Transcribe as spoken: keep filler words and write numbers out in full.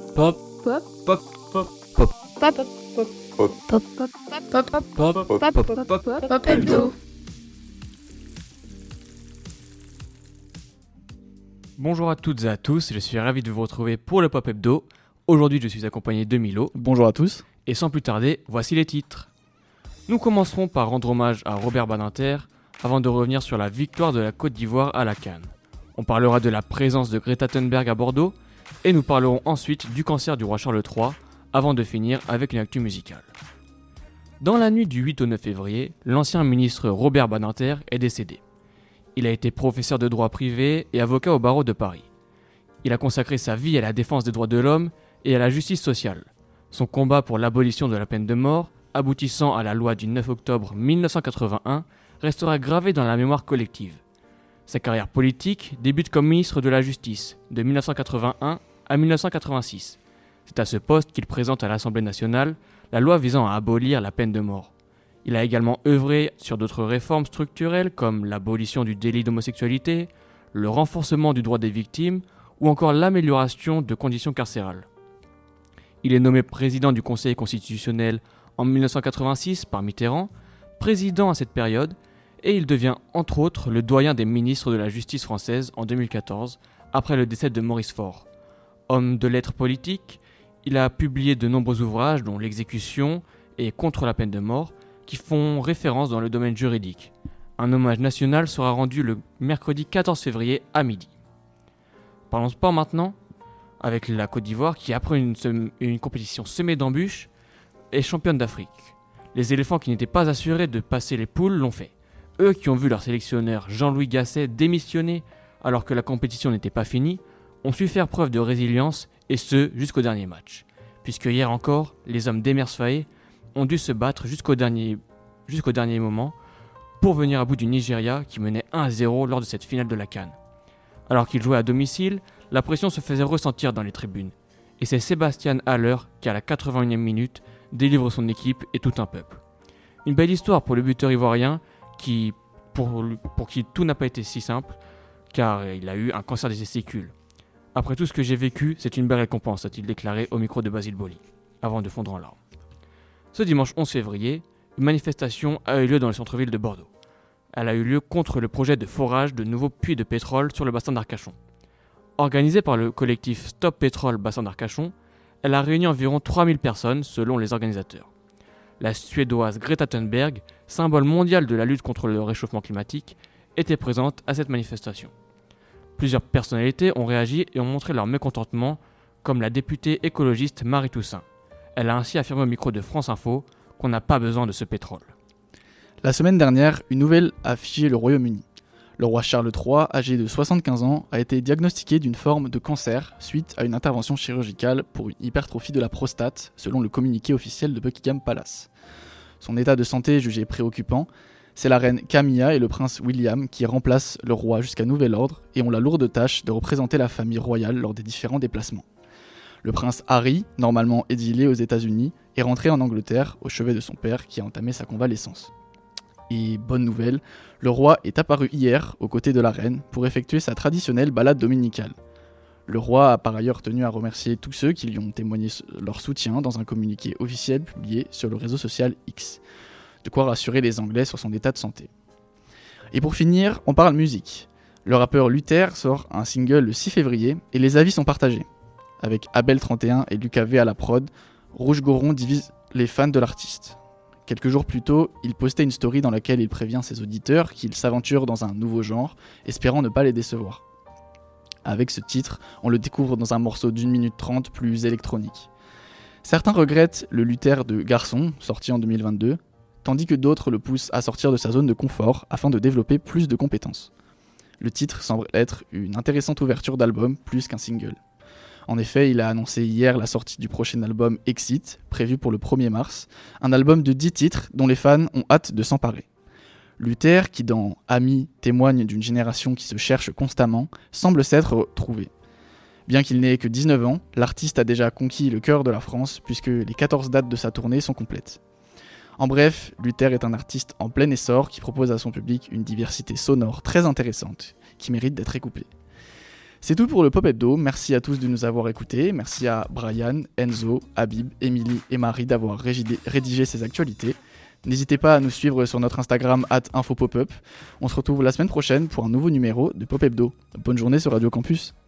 Pop. Pop. Pop. Pop. Pop. Pop. Pop. Pop. Pop. Pop. Pop. Pop. Pop. Pop hebdo. Bonjour à toutes et à tous, je suis ravi de vous retrouver pour le Pop Hebdo. Aujourd'hui, je suis accompagné de Milo. Bonjour à tous. Et sans plus tarder, voici les titres. Nous commencerons par rendre hommage à Robert Badinter avant de revenir sur la victoire de la Côte d'Ivoire à la CAN. On parlera de la présence de Greta Thunberg à Bordeaux et nous parlerons ensuite du cancer du roi Charles trois avant de finir avec une actu musicale. Dans la nuit du huit au neuf février, l'ancien ministre Robert Badinter est décédé. Il a été professeur de droit privé et avocat au barreau de Paris. Il a consacré sa vie à la défense des droits de l'homme et à la justice sociale. Son combat pour l'abolition de la peine de mort, aboutissant à la loi du neuf octobre mille neuf cent quatre-vingt-un, restera gravé dans la mémoire collective. Sa carrière politique débute comme ministre de la Justice, de mille neuf cent quatre-vingt-un à mille neuf cent quatre-vingt-six. C'est à ce poste qu'il présente à l'Assemblée nationale la loi visant à abolir la peine de mort. Il a également œuvré sur d'autres réformes structurelles comme l'abolition du délit d'homosexualité, le renforcement du droit des victimes ou encore l'amélioration de conditions carcérales. Il est nommé président du Conseil constitutionnel en mille neuf cent quatre-vingt-six par Mitterrand, président à cette période, et il devient entre autres le doyen des ministres de la justice française en deux mille quatorze, après le décès de Maurice Faure. Homme de lettres politiques, il a publié de nombreux ouvrages dont L'exécution et Contre la peine de mort, qui font référence dans le domaine juridique. Un hommage national sera rendu le mercredi quatorze février à midi. Parlons sport maintenant, avec la Côte d'Ivoire qui, après une, sem- une compétition semée d'embûches, est championne d'Afrique. Les éléphants qui n'étaient pas assurés de passer les poules l'ont fait. Eux qui ont vu leur sélectionneur Jean-Louis Gasset démissionner alors que la compétition n'était pas finie, ont su faire preuve de résilience et ce jusqu'au dernier match. Puisque hier encore, les hommes d'Emers Faé ont dû se battre jusqu'au dernier, jusqu'au dernier moment pour venir à bout du Nigeria qui menait un à zéro lors de cette finale de la CAN. Alors qu'ils jouaient à domicile, la pression se faisait ressentir dans les tribunes. Et c'est Sébastien Haller qui, à la quatre-vingt-unième minute, délivre son équipe et tout un peuple. Une belle histoire pour le buteur ivoirien qui, pour, pour qui tout n'a pas été si simple, car il a eu un cancer des testicules. Après tout ce que j'ai vécu, c'est une belle récompense, a-t-il déclaré au micro de Basile Boli, avant de fondre en larmes. Ce dimanche onze février, une manifestation a eu lieu dans le centre-ville de Bordeaux. Elle a eu lieu contre le projet de forage de nouveaux puits de pétrole sur le bassin d'Arcachon. Organisée par le collectif Stop Pétrole Bassin d'Arcachon, elle a réuni environ trois mille personnes selon les organisateurs. La Suédoise Greta Thunberg, symbole mondial de la lutte contre le réchauffement climatique, était présente à cette manifestation. Plusieurs personnalités ont réagi et ont montré leur mécontentement, comme la députée écologiste Marie Toussaint. Elle a ainsi affirmé au micro de France Info qu'on n'a pas besoin de ce pétrole. La semaine dernière, une nouvelle a affligé le Royaume-Uni. Le roi Charles trois, âgé de soixante-quinze ans, a été diagnostiqué d'une forme de cancer suite à une intervention chirurgicale pour une hypertrophie de la prostate, selon le communiqué officiel de Buckingham Palace. Son état de santé est jugé préoccupant. C'est la reine Camilla et le prince William qui remplacent le roi jusqu'à nouvel ordre et ont la lourde tâche de représenter la famille royale lors des différents déplacements. Le prince Harry, normalement exilé aux États-Unis, est rentré en Angleterre au chevet de son père qui a entamé sa convalescence. Et bonne nouvelle, le roi est apparu hier aux côtés de la reine pour effectuer sa traditionnelle balade dominicale. Le roi a par ailleurs tenu à remercier tous ceux qui lui ont témoigné leur soutien dans un communiqué officiel publié sur le réseau social X. De quoi rassurer les Anglais sur son état de santé. Et pour finir, on parle musique. Le rappeur Luther sort un single le six février et les avis sont partagés. Avec Abel trente et un et Lucas V à la prod, Rouge Goron divise les fans de l'artiste. Quelques jours plus tôt, il postait une story dans laquelle il prévient ses auditeurs qu'il s'aventure dans un nouveau genre, espérant ne pas les décevoir. Avec ce titre, on le découvre dans un morceau d'une minute trente plus électronique. Certains regrettent le Luther de Garçon, sorti en deux mille vingt-deux, tandis que d'autres le poussent à sortir de sa zone de confort afin de développer plus de compétences. Le titre semble être une intéressante ouverture d'album plus qu'un single. En effet, il a annoncé hier la sortie du prochain album Exit, prévu pour le premier mars, un album de dix titres dont les fans ont hâte de s'emparer. Luther, qui dans Ami témoigne d'une génération qui se cherche constamment, semble s'être retrouvé. Bien qu'il n'ait que dix-neuf ans, l'artiste a déjà conquis le cœur de la France puisque les quatorze dates de sa tournée sont complètes. En bref, Luther est un artiste en plein essor qui propose à son public une diversité sonore très intéressante, qui mérite d'être écoutée. C'est tout pour le Pop Hebdo, merci à tous de nous avoir écoutés, merci à Brian, Enzo, Habib, Émilie et Marie d'avoir régidé- rédigé ces actualités. N'hésitez pas à nous suivre sur notre Instagram arobase infopopup. On se retrouve la semaine prochaine pour un nouveau numéro de Pop Hebdo. Bonne journée sur Radio Campus.